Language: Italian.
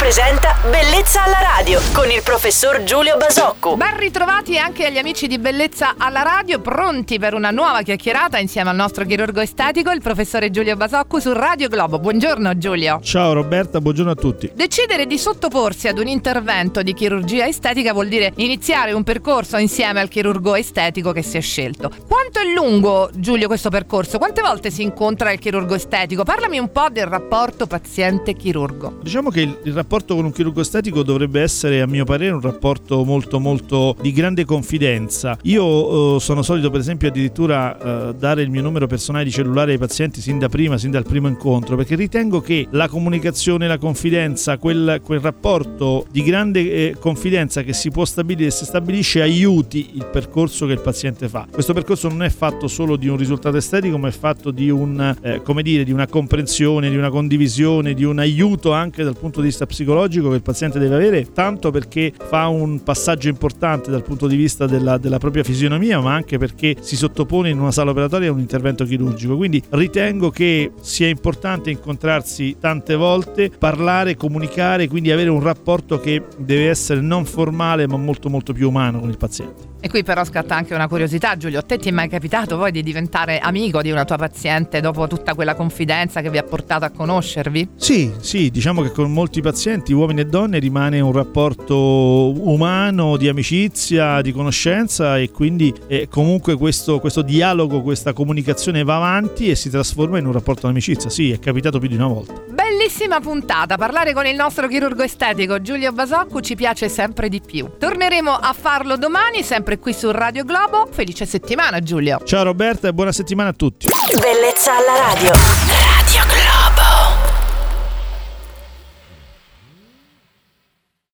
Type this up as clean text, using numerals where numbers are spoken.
presenta Bellezza alla radio con il professor Giulio Basocco. Ben ritrovati anche agli amici di Bellezza alla radio, pronti per una nuova chiacchierata insieme al nostro chirurgo estetico, il professore Giulio Basocco, su Radio Globo. Buongiorno Giulio. Ciao Roberta, buongiorno a tutti. Decidere di sottoporsi ad un intervento di chirurgia estetica vuol dire iniziare un percorso insieme al chirurgo estetico che si è scelto. Quanto è lungo, Giulio, questo percorso? Quante volte si incontra il chirurgo estetico? Parlami un po' del rapporto paziente-chirurgo. Diciamo che il rapporto con un chirurgo estetico dovrebbe essere, a mio parere, un rapporto molto di grande confidenza. Io sono solito, per esempio, addirittura dare il mio numero personale di cellulare ai pazienti sin dal primo incontro, perché ritengo che la comunicazione, la confidenza, quel rapporto di grande confidenza che si può stabilire, si stabilisce, aiuti il percorso che il paziente fa. Questo percorso non è fatto solo di un risultato estetico, ma è fatto di di una comprensione, di una condivisione, di un aiuto anche dal punto di vista psicologico che il paziente deve avere, tanto perché fa un passaggio importante dal punto di vista della propria fisionomia, ma anche perché si sottopone in una sala operatoria a un intervento chirurgico. Quindi ritengo che sia importante incontrarsi tante volte, parlare, comunicare, quindi avere un rapporto che deve essere non formale ma molto più umano con il paziente. E qui però scatta anche una curiosità, Giulio. A te ti è mai capitato poi di diventare amico di una tua paziente dopo tutta quella confidenza che vi ha portato a conoscervi? Sì, diciamo che con molti pazienti, uomini e donne, rimane un rapporto umano, di amicizia, di conoscenza, e quindi comunque questo dialogo, questa comunicazione va avanti e si trasforma in un rapporto di amicizia. Sì, è capitato più di una volta. Bellissima puntata, parlare con il nostro chirurgo estetico Giulio Basocco ci piace sempre di più. Torneremo a farlo domani, sempre qui su Radio Globo. Felice settimana Giulio. Ciao Roberta e buona settimana a tutti. Bellezza alla radio.